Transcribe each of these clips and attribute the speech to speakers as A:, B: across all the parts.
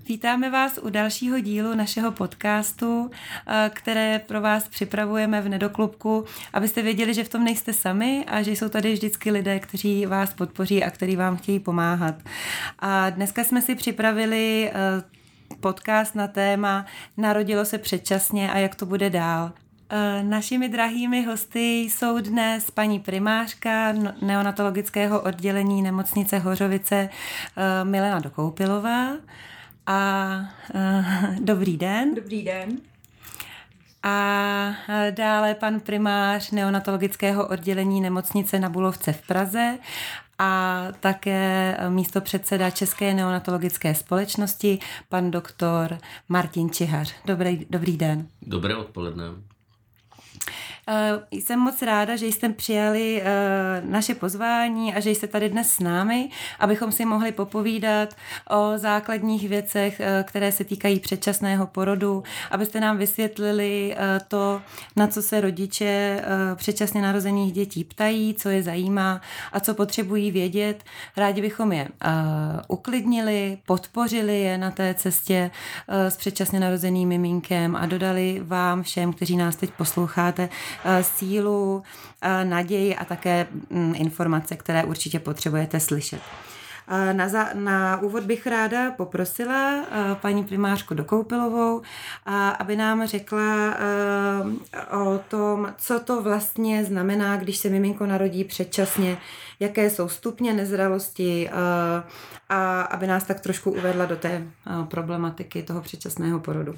A: Vítáme vás u dalšího dílu našeho podcastu, které pro vás připravujeme v Nedoklubku, abyste věděli, že v tom nejste sami a že jsou tady vždycky lidé, kteří vás podpoří a kteří vám chtějí pomáhat. A dneska jsme si připravili podcast na téma Narodilo se předčasně a jak to bude dál. Našimi drahými hosty jsou dnes paní primářka neonatologického oddělení nemocnice Hořovice Milena Dokoupilová. Dobrý den.
B: Dobrý den.
A: A dále pan primář neonatologického oddělení nemocnice Na Bulovce v Praze a také místopředseda České neonatologické společnosti, pan doktor Martin Čihař. Dobrý den.
C: Dobré odpoledne.
A: Jsem moc ráda, že jste přijali naše pozvání a že jste tady dnes s námi, abychom si mohli popovídat o základních věcech, které se týkají předčasného porodu, abyste nám vysvětlili to, na co se rodiče předčasně narozených dětí ptají, co je zajímá a co potřebují vědět. Rádi bychom je uklidnili, podpořili je na té cestě s předčasně narozeným miminkem a dodali vám všem, kteří nás teď posloucháte, sílu, naději a také informace, které určitě potřebujete slyšet. Na úvod bych ráda poprosila paní primářku Dokoupilovou, aby nám řekla o tom, co to vlastně znamená, když se miminko narodí předčasně, jaké jsou stupně nezralosti a aby nás tak trošku uvedla do té problematiky toho předčasného porodu.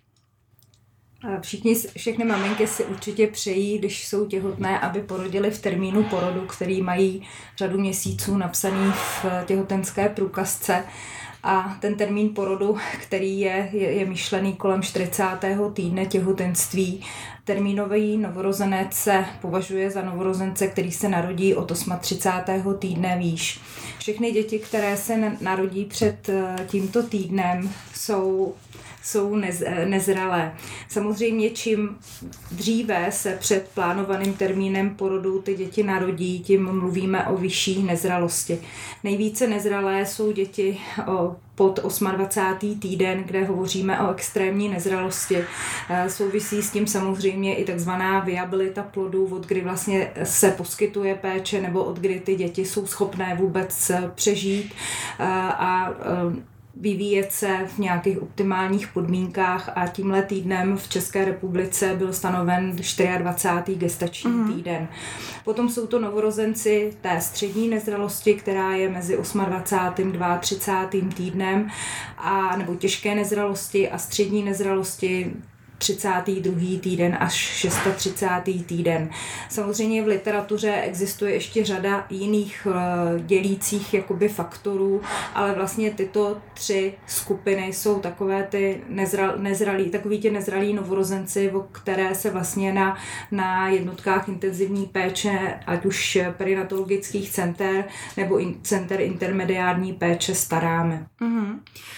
B: Všechny maminky si určitě přejí, když jsou těhotné, aby porodily v termínu porodu, který mají řadu měsíců napsaný v těhotenské průkazce. A ten termín porodu, který je myšlený kolem 40. týdne těhotenství. Termínový novorozenec se považuje za novorozence, který se narodí od 38. týdne výš. Všechny děti, které se narodí před tímto týdnem, jsou nezralé. Samozřejmě čím dříve se před plánovaným termínem porodu ty děti narodí, tím mluvíme o vyšší nezralosti. Nejvíce nezralé jsou děti pod 28. týden, kde hovoříme o extrémní nezralosti. Souvisí s tím samozřejmě i takzvaná viabilita plodu, od kdy vlastně se poskytuje péče nebo od kdy ty děti jsou schopné vůbec přežít a vyvíjet se v nějakých optimálních podmínkách a tímhle týdnem v České republice byl stanoven 24. gestační týden. Potom jsou to novorozenci té střední nezralosti, která je mezi 28. a 32. týdnem nebo těžké nezralosti a střední nezralosti 32. týden až 36. týden. Samozřejmě v literatuře existuje ještě řada jiných dělících jakoby faktorů, ale vlastně tyto tři skupiny jsou takové ty nezralí novorozenci, o které se vlastně na jednotkách intenzivní péče, ať už perinatologických center nebo center intermediární péče staráme.
A: Mm-hmm.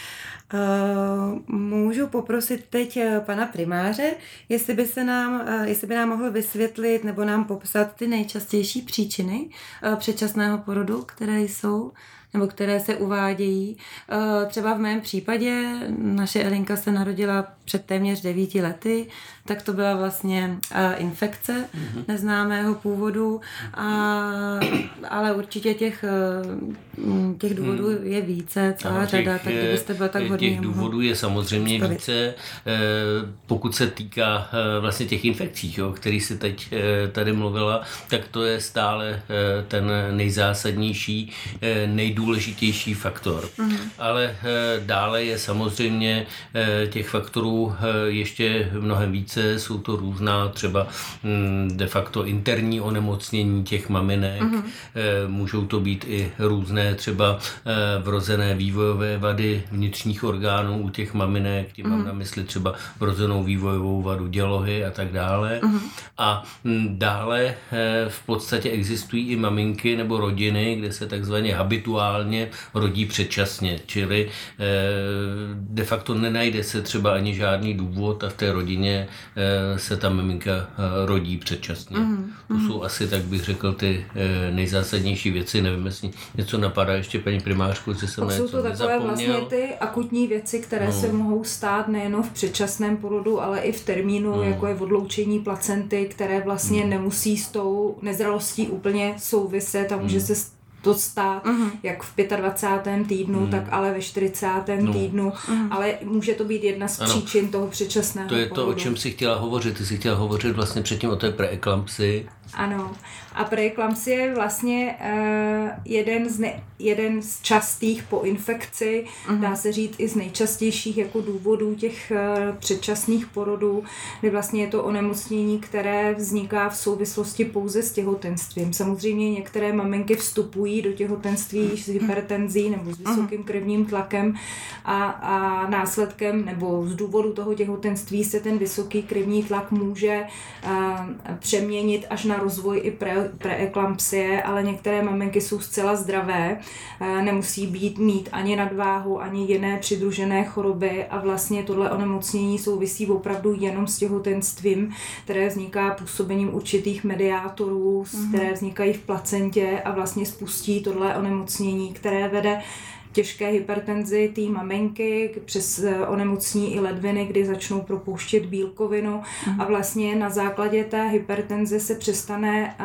A: Můžu poprosit teď pana primáře, jestli by nám mohl vysvětlit nebo nám popsat ty nejčastější příčiny předčasného porodu, které jsou nebo které se uvádějí. Třeba v mém případě naše Elinka se narodila před téměř 9 lety, tak to byla vlastně infekce neznámého původu, ale určitě těch důvodů je více, celá řada, tak kdybyste byl tak hodný.
C: Těch důvodů je samozřejmě více, pokud se týká vlastně těch infekcí, o kterých se teď tady mluvila, tak to je stále ten nejzásadnější, nejdůležitější faktor. Ale dále je samozřejmě těch faktorů ještě mnohem více, jsou to různá třeba de facto interní onemocnění těch maminek, můžou to být i různé třeba vrozené vývojové vady vnitřních orgánů u těch maminek, tím mám na mysli třeba vrozenou vývojovou vadu dělohy a tak dále. A dále v podstatě existují i maminky nebo rodiny, kde se takzvaně habituálně reálně rodí předčasně, čili de facto nenajde se třeba ani žádný důvod a v té rodině se ta miminka rodí předčasně. To jsou asi, tak bych řekl, ty nejzásadnější věci. Nevím, jestli něco napadá ještě paní primářku, jestli jsem něco
B: nezapomněl. Jsou to takové vlastně ty akutní věci, které se mohou stát nejen v předčasném porodu, ale i v termínu, jako je odloučení placenty, které vlastně nemusí s tou nezralostí úplně souviset a může se to stát jak v 25. týdnu, tak ale ve 40. týdnu, ale může to být jedna z příčin toho předčasného porodu. To je to, o čem
C: si chtěla hovořit. Ty jsi chtěla hovořit vlastně předtím o té preeklampsii.
B: Ano. A preeklampsie je vlastně jeden z častých po infekci, dá se říct i z nejčastějších jako důvodů těch předčasných porodů, kdy vlastně je to onemocnění, které vzniká v souvislosti pouze s těhotenstvím. Samozřejmě některé maminky vstupují do těhotenství s hypertenzí nebo s vysokým krevním tlakem a následkem nebo z důvodu toho těhotenství se ten vysoký krevní tlak může přeměnit až na rozvoj i preeklampsie, ale některé maminky jsou zcela zdravé, nemusí mít ani nadváhu, ani jiné přidružené choroby a vlastně tohle onemocnění souvisí opravdu jenom s těhotenstvím, které vzniká působením určitých mediátorů, které vznikají v placentě a vlastně spustí tohle onemocnění, které vede těžké hypertenzi té maminky, přes onemocní i ledviny, kdy začnou propouštět bílkovinu a vlastně na základě té hypertenze se přestane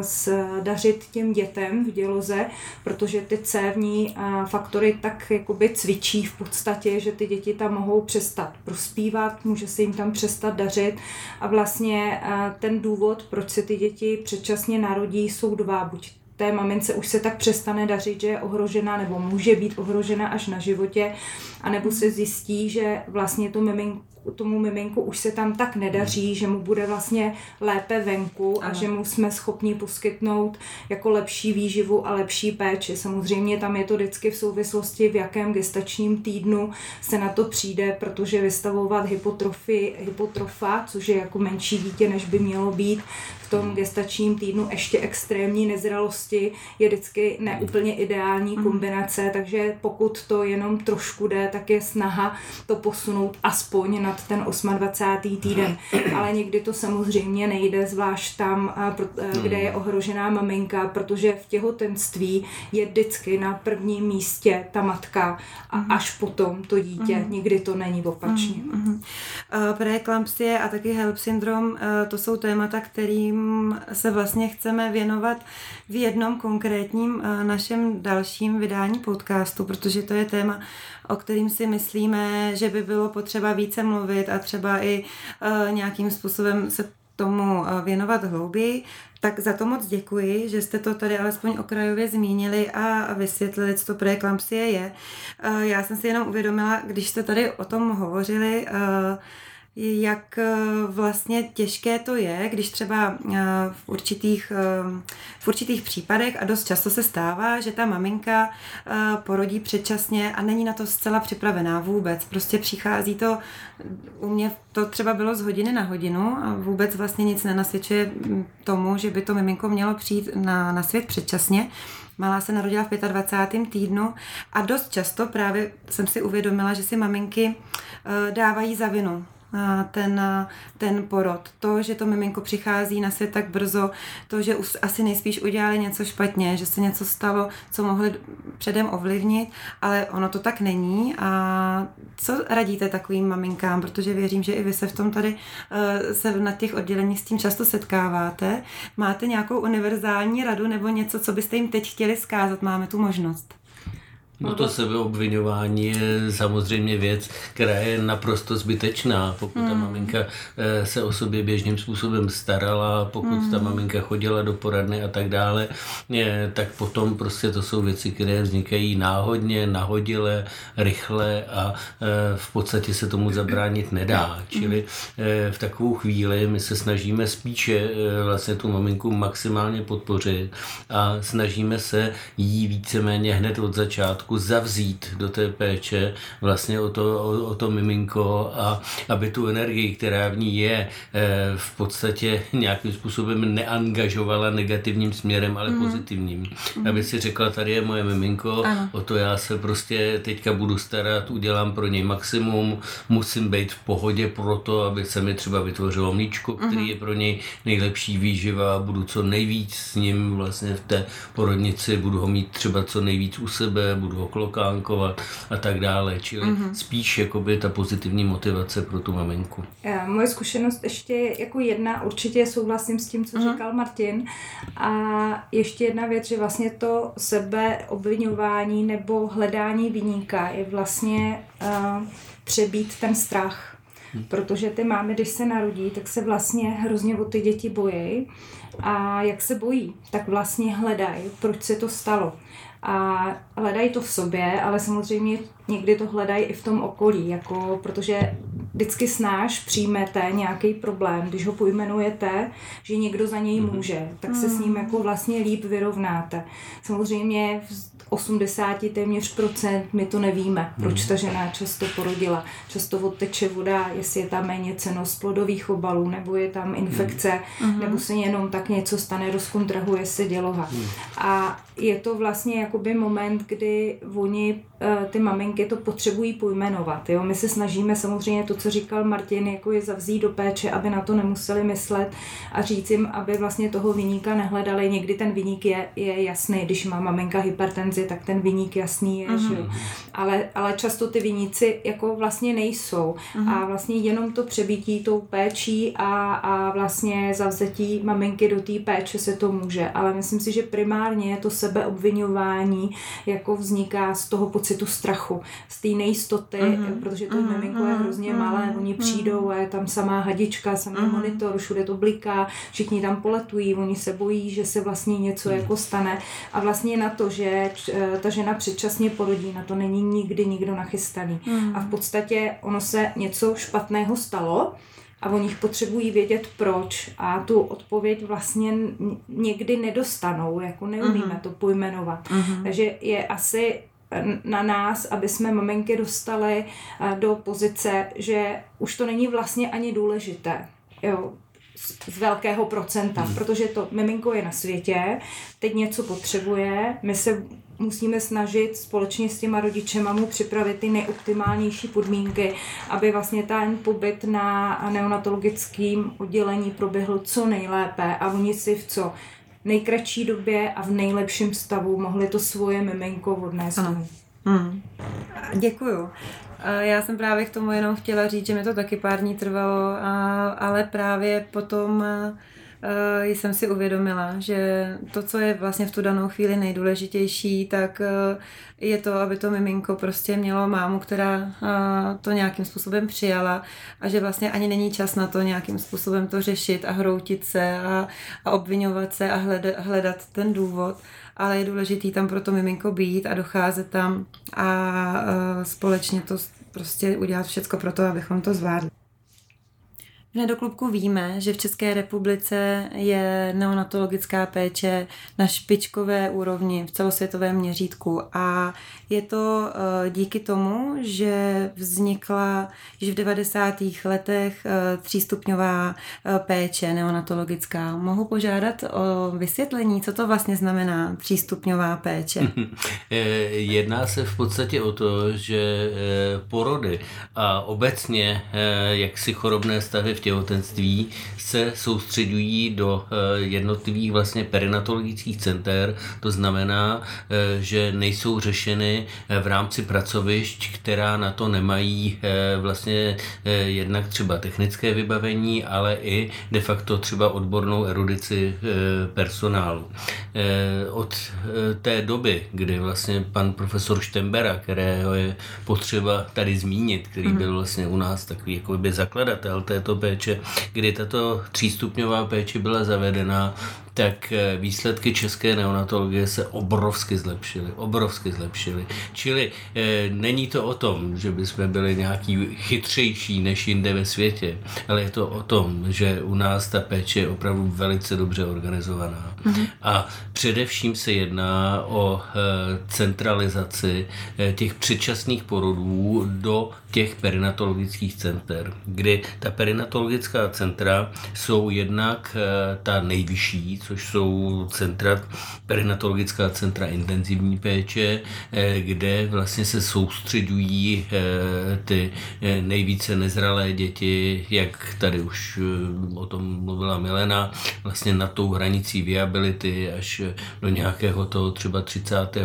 B: dařit těm dětem v děloze, protože ty cévní faktory tak jakoby cvičí v podstatě, že ty děti tam mohou přestat prospívat, může se jim tam přestat dařit a vlastně ten důvod, proč se ty děti předčasně narodí, jsou dva, buď té mamince už se tak přestane dařit, že je ohrožena nebo může být ohrožena až na životě, anebo se zjistí, že vlastně tomu miminku už se tam tak nedaří, že mu bude vlastně lépe venku a že mu jsme schopni poskytnout jako lepší výživu a lepší péči. Samozřejmě tam je to vždycky v souvislosti, v jakém gestačním týdnu se na to přijde, protože vystavovat hypotrofa, což je jako menší dítě, než by mělo být, v tom gestačním týdnu ještě extrémní nezralosti je vždycky neúplně ideální kombinace, takže pokud to jenom trošku jde, tak je snaha to posunout aspoň nad ten 28. týden. Ale někdy to samozřejmě nejde, zvlášť tam, kde je ohrožená maminka, protože v těhotenství je vždycky na prvním místě ta matka a až potom to dítě. Nikdy to není opačně.
A: Preeklampsie a taky HELP syndrom, to jsou témata, kterým se vlastně chceme věnovat v jednom konkrétním našem dalším vydání podcastu, protože to je téma, o kterým si myslíme, že by bylo potřeba více mluvit a třeba i nějakým způsobem se tomu věnovat hlouběji. Tak za to moc děkuji, že jste to tady alespoň okrajově zmínili a vysvětlili, co to preeklampsie je. Já jsem si jenom uvědomila, když jste tady o tom hovořili, jak vlastně těžké to je, když třeba v určitých případech a dost často se stává, že ta maminka porodí předčasně a není na to zcela připravená vůbec. Prostě přichází to, u mě to třeba bylo z hodiny na hodinu a vůbec vlastně nic nenasvědčuje tomu, že by to miminko mělo přijít na svět předčasně. Malá se narodila v 25. týdnu a dost často právě jsem si uvědomila, že si maminky dávají za vinu ten porod. To, že to miminko přichází na svět tak brzo, to, že už asi nejspíš udělali něco špatně, že se něco stalo, co mohli předem ovlivnit, ale ono to tak není. A co radíte takovým maminkám, protože věřím, že i vy se v tom tady se na těch odděleních s tím často setkáváte. Máte nějakou univerzální radu nebo něco, co byste jim teď chtěli vzkázat? Máme tu možnost.
C: No to sebeobviňování je samozřejmě věc, která je naprosto zbytečná. Pokud ta maminka se o sobě běžným způsobem starala, pokud ta maminka chodila do poradny a tak dále, tak potom prostě to jsou věci, které vznikají náhodně, nahodile, rychle a v podstatě se tomu zabránit nedá. Čili v takovou chvíli my se snažíme spíše vlastně tu maminku maximálně podpořit a snažíme se jí víceméně hned od začátku začátku zavzít do té péče vlastně o to miminko a aby tu energii, která v ní je, v podstatě nějakým způsobem neangažovala negativním směrem, ale pozitivním. Aby si řekla, tady je moje miminko, o to já se prostě teďka budu starat, udělám pro něj maximum, musím být v pohodě pro to, aby se mi třeba vytvořilo mlíčko, který je pro něj nejlepší výživa, budu co nejvíc s ním vlastně v té porodnici, budu ho mít třeba co nejvíc u sebe, budu ho klokánkovat a tak dále, čili spíš jakoby ta pozitivní motivace pro tu maminku.
B: Moje zkušenost ještě jako jedna, určitě souhlasím s tím, co říkal Martin, a ještě jedna věc, že vlastně to sebeobviňování nebo hledání viníka je vlastně přebít ten strach. Protože ty mámy, když se narodí, tak se vlastně hrozně o ty děti bojí. A jak se bojí, tak vlastně hledají, proč se to stalo. A hledají to v sobě, ale samozřejmě někdy to hledají i v tom okolí, jako, protože vždycky snáš přijmete nějaký problém, když ho pojmenujete, že někdo za něj může, tak se s ním jako vlastně líp vyrovnáte. Samozřejmě 80 téměř procent my to nevíme, proč ta žena často porodila. Často odteče voda, jestli je tam méně cennost plodových obalů, nebo je tam infekce, nebo se jenom tak něco stane, rozkontrahuje se děloha. A je to vlastně jakoby moment, kdy oni, ty maminky, to potřebují pojmenovat. Jo? My se snažíme samozřejmě to, co říkal Martin, jako je zavzít do péče, aby na to nemuseli myslet a říct jim, aby vlastně toho viníka nehledali. Někdy ten viník je jasný, když má maminka hypertenzi, tak ten viník jasný je, že jo? Ale často ty viníci jako vlastně nejsou. A vlastně jenom to přebítí tou péčí a vlastně zavzetí maminky do té péče se to může. Ale myslím si, že primárně to sebeobviňování jako vzniká z toho pocitu strachu, z té nejistoty, protože to miminko je hrozně malé, oni přijdou a je tam samá hadička, samý monitor, všude to bliká, všichni tam poletují, oni se bojí, že se vlastně něco jako stane a vlastně na to, že ta žena předčasně porodí, na to není nikdy nikdo nachystaný. A v podstatě ono se něco špatného stalo, a oni potřebují vědět proč a tu odpověď vlastně někdy nedostanou, jako neumíme to pojmenovat. Takže je asi na nás, aby jsme maminky dostali do pozice, že už to není vlastně ani důležité, jo, z velkého procenta, protože to miminko je na světě, teď něco potřebuje, my se musíme snažit společně s těma rodičema mu připravit ty nejoptimálnější podmínky, aby vlastně ten pobyt na neonatologickém oddělení proběhl co nejlépe a oni si v co nejkratší době a v nejlepším stavu mohli to svoje miminko odnést.
A: Děkuju. Já jsem právě k tomu jenom chtěla říct, že mi to taky pár dní trvalo, ale právě potom jsem si uvědomila, že to, co je vlastně v tu danou chvíli nejdůležitější, tak je to, aby to miminko prostě mělo mámu, která to nějakým způsobem přijala a že vlastně ani není čas na to nějakým způsobem to řešit a hroutit se a obviňovat se a hledat ten důvod, ale je důležitý tam pro to miminko být a docházet tam a společně to prostě udělat všecko pro to, abychom to zvládli. V Nedoklubku víme, že v České republice je neonatologická péče na špičkové úrovni v celosvětovém měřítku a je to díky tomu, že vznikla již v 90. letech třístupňová péče neonatologická. Mohu požádat o vysvětlení, co to vlastně znamená třístupňová péče?
C: Jedná se v podstatě o to, že porody a obecně jaksi chorobné stavy v těhotenství se soustředují do jednotlivých vlastně perinatologických center, to znamená, že nejsou řešeny v rámci pracovišť, která na to nemají vlastně jednak třeba technické vybavení, ale i de facto třeba odbornou erudici personálu. Od té doby, kdy vlastně pan profesor Štembera, kterého je potřeba tady zmínit, který byl vlastně u nás takový jako by zakladatel této péče, kdy tato třístupňová péče byla zavedena, tak výsledky české neonatologie se obrovsky zlepšily. Čili není to o tom, že bychom byli nějaký chytřejší než jinde ve světě, ale je to o tom, že u nás ta péče je opravdu velice dobře organizovaná. A především se jedná o centralizaci těch předčasných porodů do těch perinatologických center, kdy ta perinatologická centra jsou jednak ta nejvyšší, což jsou perinatologická centra intenzivní péče, kde vlastně se soustředují ty nejvíce nezralé děti, jak tady už o tom mluvila Milena, vlastně na tou hranicí viability až do nějakého toho třeba 30.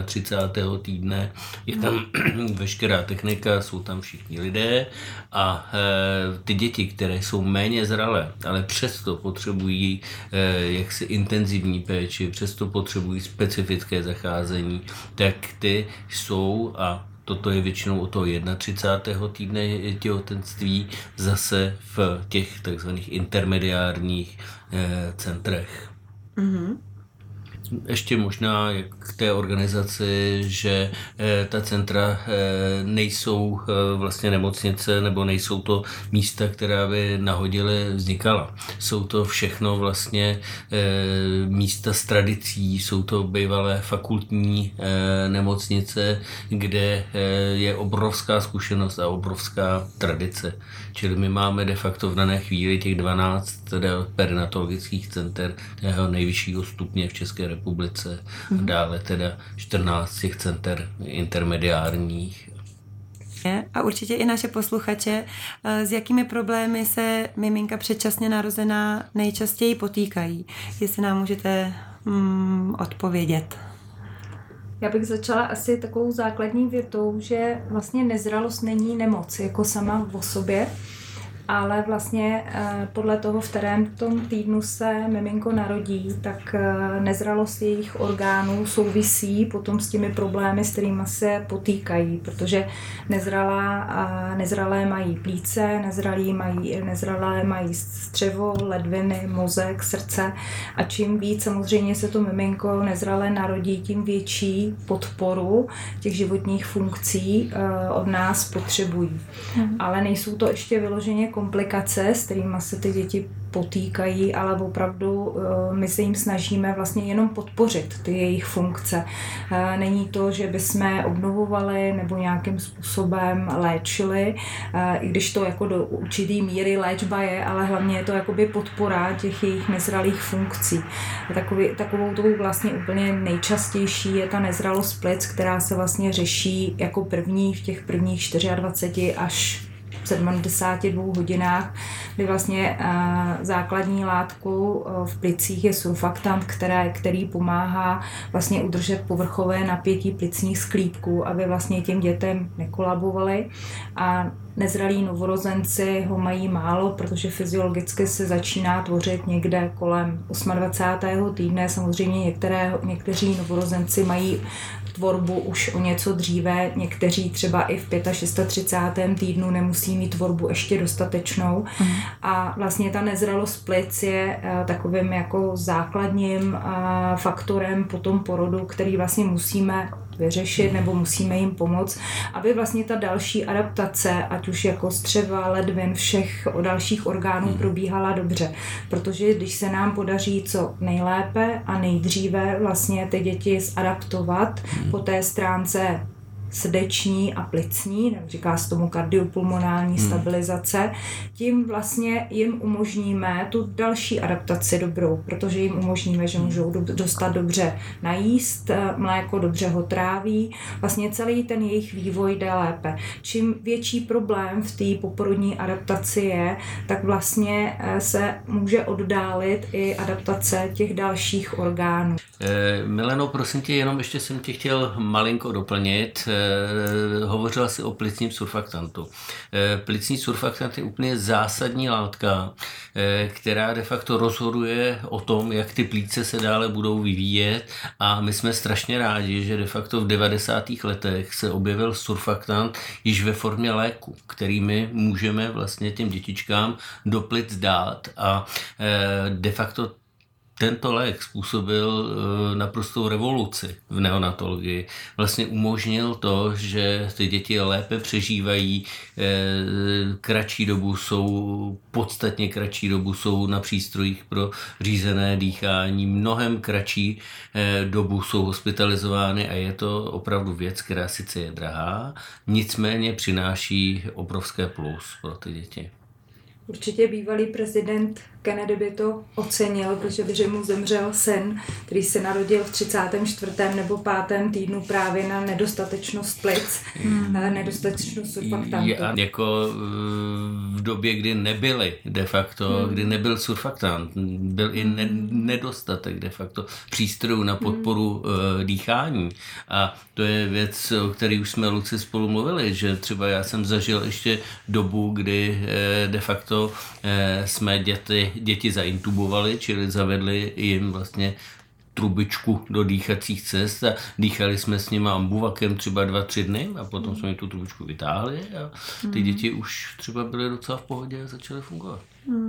C: týdne. Je tam veškerá technika, jsou tam všichni lidé a ty děti, které jsou méně zralé, ale přesto potřebují jaksi intenzivní péči, přesto potřebují specifické zacházení, tak ty jsou, a toto je většinou od toho 31. týdne těhotenství, zase v těch takzvaných intermediárních centrech. Mm-hmm. Ještě možná k té organizaci, že ta centra nejsou vlastně nemocnice nebo nejsou to místa, která by nahodile vznikala. Jsou to všechno vlastně místa s tradicí, jsou to bývalé fakultní nemocnice, kde je obrovská zkušenost a obrovská tradice. Čili my máme de facto v dané chvíli těch 12 perinatologických center tého nejvyššího stupně v České republice a dále teda 14 těch center intermediárních.
A: A určitě i naše posluchače, s jakými problémy se miminka předčasně narozená nejčastěji potýkají. Jestli nám můžete odpovědět.
B: Já bych začala asi takovou základní větou, že vlastně nezralost není nemoc jako sama o sobě, ale vlastně podle toho, v kterém tom týdnu se miminko narodí, tak nezralost jejich orgánů souvisí potom s těmi problémy, s kterými se potýkají, protože nezralé mají plíce, nezralé mají střevo, ledviny, mozek, srdce a čím víc samozřejmě se to miminko nezralé narodí, tím větší podporu těch životních funkcí od nás potřebují. Ale nejsou to ještě vyloženě komplikace, s kterými se ty děti potýkají, ale opravdu my se jim snažíme vlastně jenom podpořit ty jejich funkce. Není to, že bychom obnovovali nebo nějakým způsobem léčili, i když to jako do určitý míry léčba je, ale hlavně je to jakoby podpora těch jejich nezralých funkcí. Takovou tou vlastně úplně nejčastější je ta nezralost plic, která se vlastně řeší jako první v těch prvních 24 až 72 hodinách, kdy vlastně základní látkou v plicích je surfaktant, který pomáhá vlastně udržet povrchové napětí plicních sklípků, aby vlastně těm dětem nekolabovaly. A nezralí novorozenci ho mají málo, protože fyziologicky se začíná tvořit někde kolem 28. týdne. Samozřejmě někteří novorozenci mají tvorbu už o něco dříve, někteří třeba i v 35. týdnu nemusí mít tvorbu ještě dostatečnou. A vlastně ta nezralost plic je takovým jako základním faktorem po tom porodu, který vlastně musíme vyřešit nebo musíme jim pomoct, aby vlastně ta další adaptace, ať už jako střeva, ledvin, všech dalších orgánů probíhala dobře. Protože když se nám podaří co nejlépe a nejdříve vlastně ty děti zadaptovat po té stránce srdeční a plicní, říká se tomu kardiopulmonální stabilizace, tím vlastně jim umožníme tu další adaptaci dobrou, protože jim umožníme, že můžou dostat dobře najíst, mléko dobře ho tráví, vlastně celý ten jejich vývoj jde lépe. Čím větší problém v té poporodní adaptaci je, tak vlastně se může oddálit i adaptace těch dalších orgánů.
C: Mileno, prosím tě, jenom ještě jsem tě chtěl malinko doplnit. Hovořila jsi o plicním surfaktantu. Plicní surfaktant je úplně zásadní látka, která de facto rozhoduje o tom, jak ty plíce se dále budou vyvíjet, a my jsme strašně rádi, že de facto v 90. letech se objevil surfaktant již ve formě léku, kterými můžeme vlastně těm dětičkám do plic dát, a de facto tento lék způsobil naprostou revoluci v neonatologii. Vlastně umožnil to, že ty děti lépe přežívají, kratší dobu jsou, podstatně kratší dobu jsou na přístrojích pro řízené dýchání, mnohem kratší dobu jsou hospitalizovány a je to opravdu věc, která sice je drahá, nicméně přináší obrovské plus pro ty děti.
B: Určitě bývalý prezident Kennedy by to ocenil, protože mu zemřel syn, který se narodil v 34. nebo 5. týdnu právě na nedostatečnost plic, nedostatečnost surfaktantu.
C: Jako v době, kdy nebyly de facto, kdy nebyl surfaktant, byl i nedostatek de facto přístrojů na podporu dýchání. A to je věc, o které už jsme, Luci, spolu mluvili, že třeba já jsem zažil ještě dobu, kdy de facto jsme děti zaintubovali, čili zavedli jim vlastně trubičku do dýchacích cest a dýchali jsme s nimi ambuvakem třeba 2-3 dny a potom jsme jim tu trubičku vytáhli a ty děti už třeba byly docela v pohodě a začaly fungovat.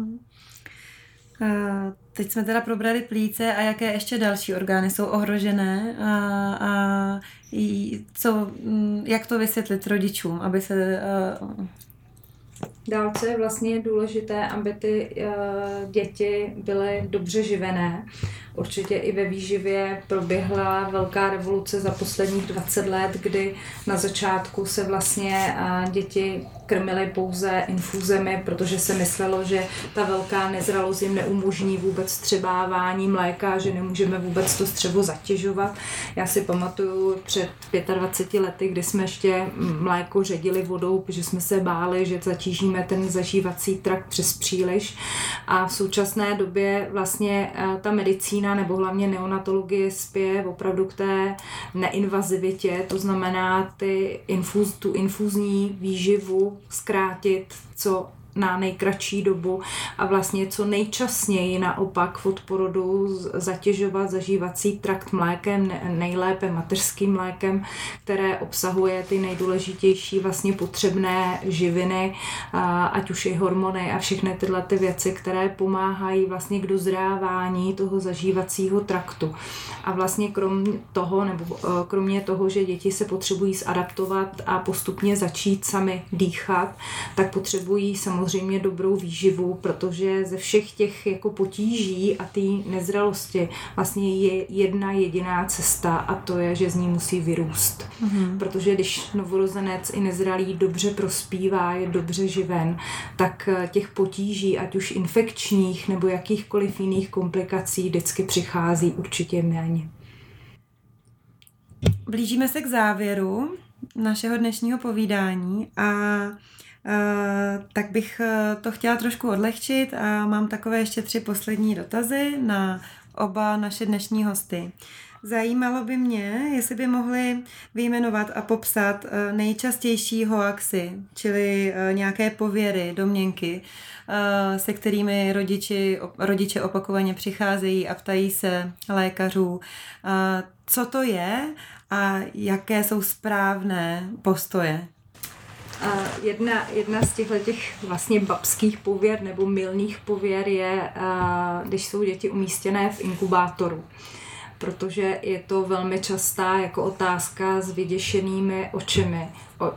A: Teď jsme teda probrali plíce a jaké ještě další orgány jsou ohrožené a jak to vysvětlit rodičům, aby se...
B: Dál, co je vlastně důležité, aby ty děti byly dobře živené. Určitě i ve výživě proběhla velká revoluce za posledních 20 let, kdy na začátku se vlastně děti krmily pouze infuzemi, protože se myslelo, že ta velká nezralost jim neumožní vůbec střebávání mléka, že nemůžeme vůbec to střevo zatěžovat. Já si pamatuju před 25 lety, kdy jsme ještě mléko ředili vodou, protože jsme se báli, že zatížíme ten zažívací trakt přes příliš. A v současné době vlastně ta medicína nebo hlavně neonatologie spěje opravdu k té neinvazivitě, to znamená tu infuzní výživu zkrátit co na nejkratší dobu a vlastně co nejčasněji naopak od porodu zatěžovat zažívací trakt mlékem, nejlépe mateřským mlékem, které obsahuje ty nejdůležitější vlastně potřebné živiny, ať už i hormony a všechny tyhle ty věci, které pomáhají vlastně k dozrávání toho zažívacího traktu. A vlastně kromě toho, že děti se potřebují zadaptovat a postupně začít sami dýchat, tak potřebují samozřejmě dobrou výživu, protože ze všech těch jako potíží a té nezralosti vlastně je jedna jediná cesta a to je, že z ní musí vyrůst. Protože když novorozenec i nezralý dobře prospívá, je dobře živen, tak těch potíží, ať už infekčních nebo jakýchkoliv jiných komplikací vždycky přichází určitě méně.
A: Blížíme se k závěru našeho dnešního povídání a tak bych to chtěla trošku odlehčit a mám takové ještě 3 poslední dotazy na oba naše dnešní hosty. Zajímalo by mě, jestli by mohli vyjmenovat a popsat nejčastější hoaxy, čili nějaké pověry, domněnky, se kterými rodiče opakovaně přicházejí a ptají se lékařů, co to je a jaké jsou správné postoje.
B: Jedna z těch vlastně babských pověr nebo mylných pověr je, když jsou děti umístěné v inkubátoru. Protože je to velmi častá jako otázka s vyděšenými očimi.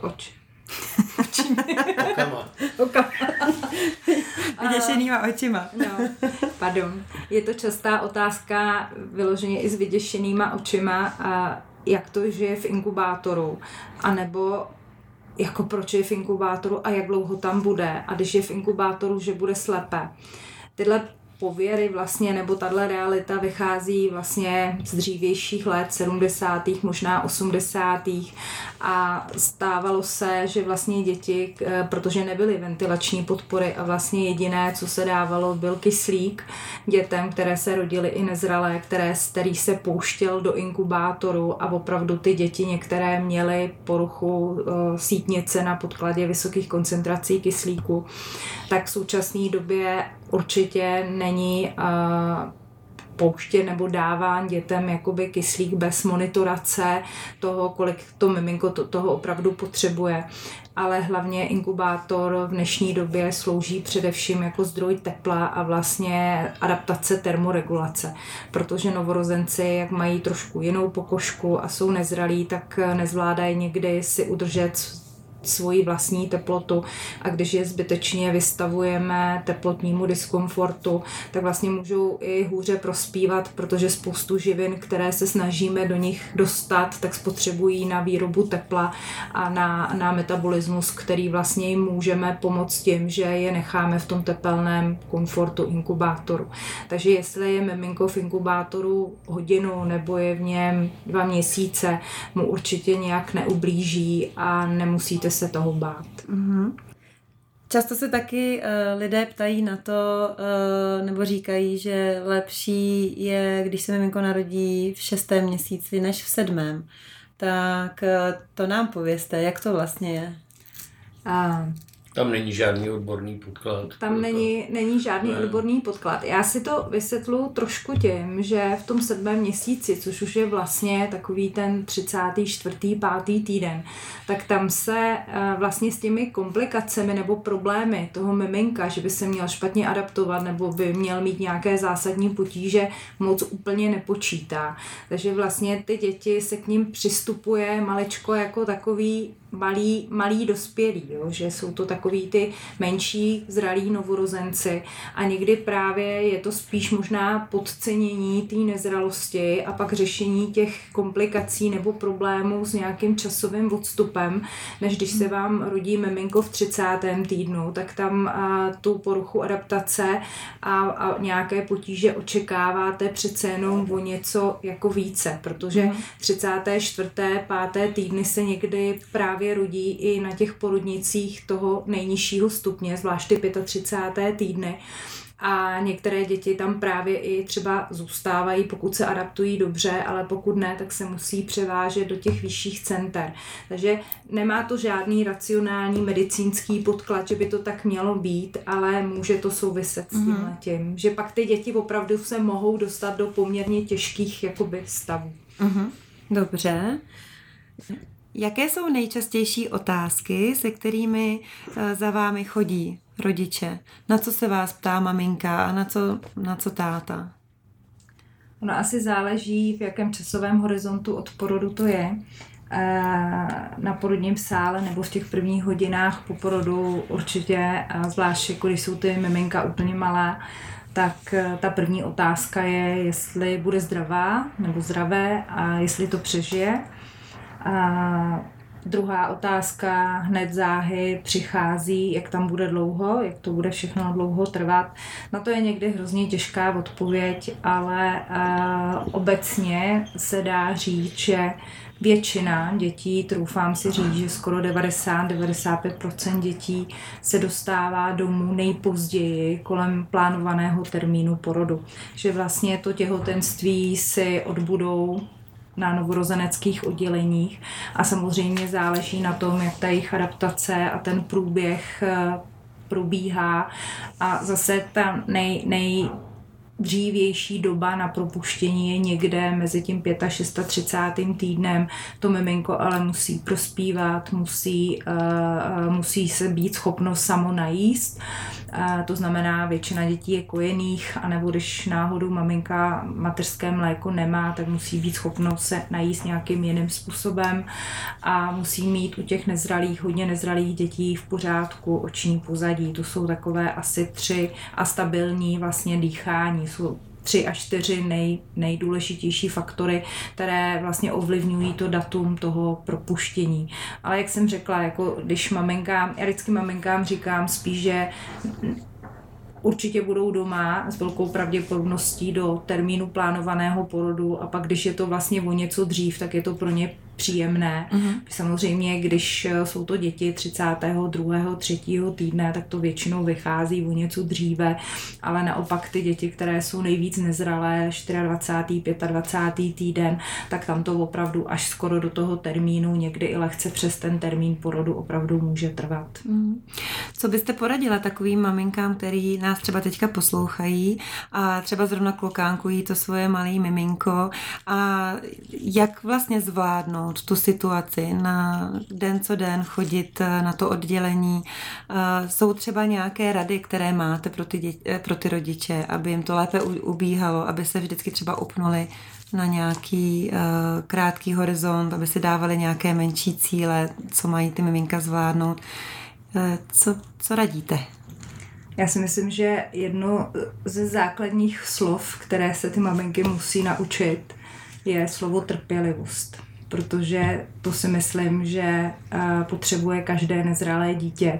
B: Okama.
A: Vyděšenýma očima.
B: No, pardon. Je to častá otázka vyloženě i s vyděšenýma očima, jak to, že je v inkubátoru, anebo jako proč je v inkubátoru a jak dlouho tam bude a když je v inkubátoru, že bude slepé. Tyhle pověry vlastně, nebo tahle realita vychází vlastně z dřívějších let, 70. možná 80. a stávalo se, že vlastně děti, protože nebyly ventilační podpory a vlastně jediné, co se dávalo, byl kyslík dětem, které se rodily i nezralé, který se pouštěl do inkubátoru a opravdu ty děti některé měly poruchu sítnice na podkladě vysokých koncentrací kyslíku, tak v současné době určitě není pouštět nebo dávání dětem jakoby kyslík bez monitorace toho, kolik to miminko toho opravdu potřebuje. ale hlavně inkubátor v dnešní době slouží především jako zdroj tepla a vlastně adaptace termoregulace, protože novorozenci, jak mají trošku jinou pokožku a jsou nezralí, tak nezvládají někdy si udržet svoji vlastní teplotu a když je zbytečně vystavujeme teplotnímu diskomfortu, tak vlastně můžou i hůře prospívat, protože spoustu živin, které se snažíme do nich dostat, tak spotřebují na výrobu tepla a na metabolismus, který vlastně jim můžeme pomoct tím, že je necháme v tom tepelném komfortu inkubátoru. Takže jestli je miminko v inkubátoru hodinu nebo je v něm 2 měsíce, mu určitě nějak neublíží a nemusíte se toho bát.
A: Mm-hmm. Často se taky lidé ptají na to, nebo říkají, že lepší je, když se miminko narodí v 6. měsíci, než v 7. Tak to nám povězte, jak to vlastně je.
C: Tam není žádný odborný podklad.
B: Tam není žádný odborný podklad. Já si to vysvětlu trošku tím, že v tom 7. měsíci, což už je vlastně takový ten 34. 5. týden, tak tam se vlastně s těmi komplikacemi nebo problémy toho miminka, že by se měl špatně adaptovat nebo by měl mít nějaké zásadní potíže, moc úplně nepočítá. Takže vlastně ty děti se k ním přistupuje maličko jako takový malí dospělí, jo? Že jsou to takový ty menší zralí novorozenci a někdy právě je to spíš možná podcenění té nezralosti a pak řešení těch komplikací nebo problémů s nějakým časovým odstupem, než když se vám rodí miminko v 30. týdnu, tak tam tu poruchu adaptace a nějaké potíže očekáváte přece jenom o něco jako více, protože 34. 5. týdny se někdy právě rodí i na těch porodnicích toho nejnižšího stupně, zvlášť ty 35. týdny. A některé děti tam právě i třeba zůstávají, pokud se adaptují dobře, ale pokud ne, tak se musí převážet do těch vyšších center. Takže nemá to žádný racionální medicínský podklad, že by to tak mělo být, ale může to souviset s tímhletím, že pak ty děti opravdu se mohou dostat do poměrně těžkých jakoby stavů.
A: Dobře. Jaké jsou nejčastější otázky, se kterými za vámi chodí rodiče? Na co se vás ptá maminka a na co táta?
B: Ono asi záleží, v jakém časovém horizontu od porodu to je. Na porodním sále nebo v těch prvních hodinách po porodu určitě, zvlášť jako když jsou ty miminka úplně malá, tak ta první otázka je, jestli bude zdravá nebo zdravé a jestli to přežije. A druhá otázka hned záhy přichází, jak tam bude dlouho, jak to bude všechno dlouho trvat. Na to je někdy hrozně těžká odpověď, ale obecně se dá říct, že většina dětí, troufám si říct, že skoro 90-95% dětí se dostává domů nejpozději kolem plánovaného termínu porodu. Že vlastně to těhotenství si odbudou na novorozeneckých odděleních a samozřejmě záleží na tom, jak ta jejich adaptace a ten průběh probíhá a zase ta nejdřívější doba na propuštění je někde mezi tím 35. a 36. týdnem. To miminko ale musí prospívat, musí se být schopno samo najíst. To znamená, většina dětí je kojených, anebo když náhodou maminka mateřské mléko nemá, tak musí být schopno se najíst nějakým jiným způsobem a musí mít u těch hodně nezralých dětí v pořádku oční pozadí. To jsou takové asi 3 a stabilní vlastně dýchání. Jsou 3 až 4 nejdůležitější faktory, které vlastně ovlivňují to datum toho propuštění. Ale jak jsem řekla, jako když já vždycky maminkám říkám spíš, že určitě budou doma s velkou pravděpodobností do termínu plánovaného porodu a pak, když je to vlastně o něco dřív, tak je to pro ně příjemné. Samozřejmě, když jsou to děti 32. 3. týdne, tak to většinou vychází o něco dříve, ale naopak ty děti, které jsou nejvíc nezralé, 24. 25. týden, tak tam to opravdu až skoro do toho termínu, někdy i lehce přes ten termín porodu opravdu může trvat.
A: Co byste poradila takovým maminkám, který nás třeba teďka poslouchají a třeba zrovna klokánkují to svoje malé miminko a jak vlastně zvládnout tu situaci na den co den chodit na to oddělení? Jsou třeba nějaké rady, které máte pro ty rodiče, aby jim to lépe ubíhalo, aby se vždycky třeba upnuli na nějaký krátký horizont, aby si dávali nějaké menší cíle, co mají ty miminka zvládnout. Co radíte?
B: Já si myslím, že jedno ze základních slov, které se ty maminky musí naučit, je slovo trpělivost. Protože to si myslím, že potřebuje každé nezralé dítě.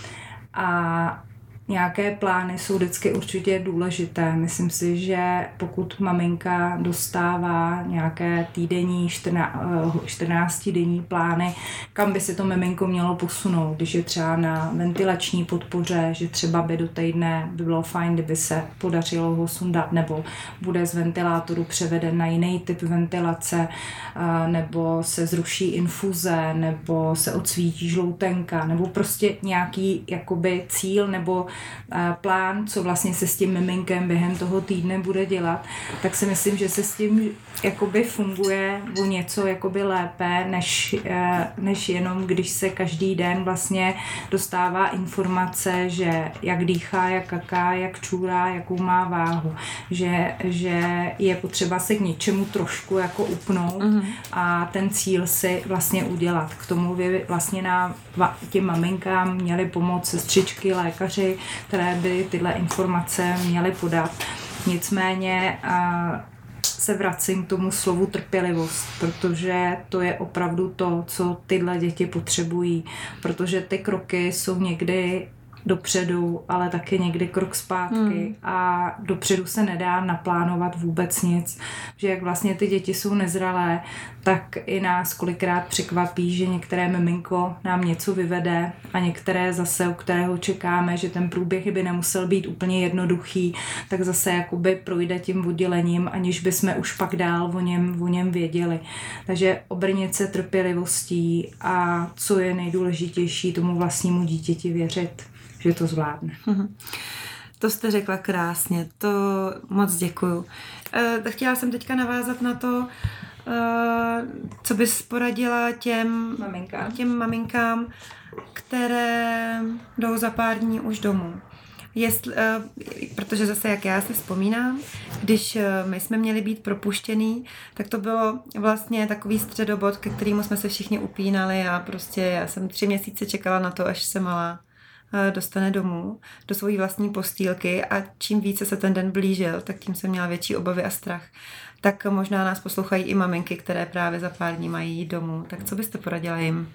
B: A nějaké plány jsou vždycky určitě důležité. Myslím si, že pokud maminka dostává nějaké týdenní 14-denní plány, kam by se to miminko mělo posunout, když je třeba na ventilační podpoře, že třeba by do týdne by bylo fajn, kdyby se podařilo ho sundat, nebo bude z ventilátoru převeden na jiný typ ventilace, nebo se zruší infuze, nebo se odsvítí žloutenka, nebo prostě nějaký jakoby cíl nebo plán, co vlastně se s tím miminkem během toho týdne bude dělat, tak si myslím, že se s tím jakoby funguje o něco jakoby lépe, než jenom když se každý den vlastně dostává informace, že jak dýchá, jak kaká, jak čůrá, jakou má váhu, že je potřeba se k něčemu trošku jako upnout a ten cíl si vlastně udělat. K tomu by vlastně těm maminkám měly pomoct sestřičky, lékaři, které by tyhle informace měly podat. Nicméně se vracím k tomu slovu trpělivost, protože to je opravdu to, co tyhle děti potřebují, protože ty kroky jsou někdy dopředu, ale taky někdy krok zpátky a dopředu se nedá naplánovat vůbec nic. Že jak vlastně ty děti jsou nezralé, tak i nás kolikrát překvapí, že některé miminko nám něco vyvede a některé zase, u kterého čekáme, že ten průběh by nemusel být úplně jednoduchý, tak zase jakoby projde tím oddělením, aniž bychom už pak dál o něm věděli. Takže obrnit se trpělivostí a co je nejdůležitější, tomu vlastnímu dítěti věřit, že to zvládne.
A: To jste řekla krásně, to moc děkuju. Chtěla jsem teďka navázat na to, co bys poradila těm maminkám, které jdou za pár dní už domů. Protože zase, jak já si vzpomínám, když my jsme měli být propuštěný, tak to bylo vlastně takový středobod, ke kterému jsme se všichni upínali a prostě já jsem 3 měsíce čekala na to, až se malá dostane domů, do svojí vlastní postýlky a čím více se ten den blížil, tak tím jsem měla větší obavy a strach. Tak možná nás poslouchají i maminky, které právě za pár dní mají jít domů. Tak co byste poradila jim?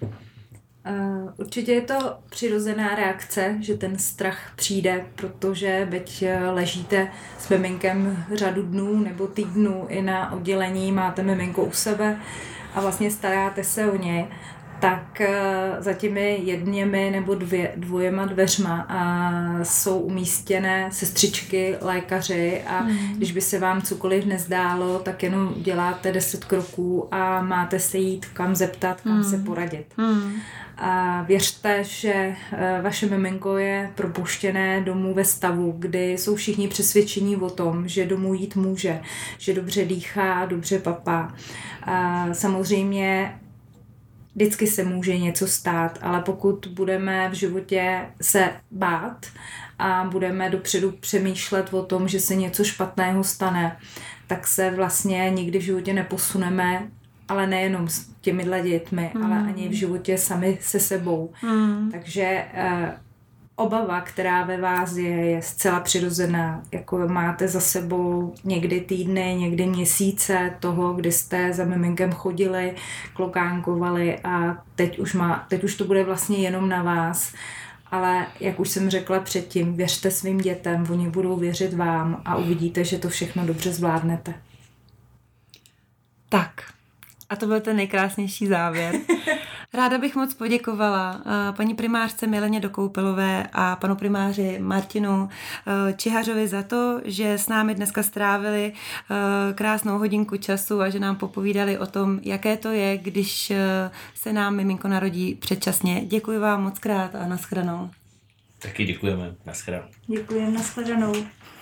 B: Určitě je to přirozená reakce, že ten strach přijde, protože byť ležíte s miminkem řadu dnů nebo týdnů i na oddělení, máte miminko u sebe a vlastně staráte se o něj, tak za těmi jedněmi nebo dvojema dveřma jsou umístěné sestřičky, lékaři a když by se vám cokoliv nezdálo, tak jenom děláte 10 kroků a máte se jít kam zeptat, kam se poradit. A věřte, že vaše miminko je propuštěné domů ve stavu, kdy jsou všichni přesvědčení o tom, že domů jít může, že dobře dýchá, dobře papá. A samozřejmě vždycky se může něco stát, ale pokud budeme v životě se bát a budeme dopředu přemýšlet o tom, že se něco špatného stane, tak se vlastně nikdy v životě neposuneme, ale nejenom s těmihle dětmi, ale ani v životě sami se sebou. Takže obava, která ve vás je zcela přirozená. Jako máte za sebou někdy týdny, někdy měsíce toho, kdy jste za miminkem chodili, klokánkovali a teď už to bude vlastně jenom na vás. Ale jak už jsem řekla předtím, věřte svým dětem, oni budou věřit vám a uvidíte, že to všechno dobře zvládnete.
A: Tak. A to byl ten nejkrásnější závěr. Ráda bych moc poděkovala paní primářce Mileně Dokoupilové a panu primáři Martinu Čihařovi za to, že s námi dneska strávili krásnou hodinku času a že nám popovídali o tom, jaké to je, když se nám miminko narodí předčasně. Děkuji vám moc krát a nashledanou.
D: Taky děkujeme. Naschledanou.
B: Děkujeme, nashledanou.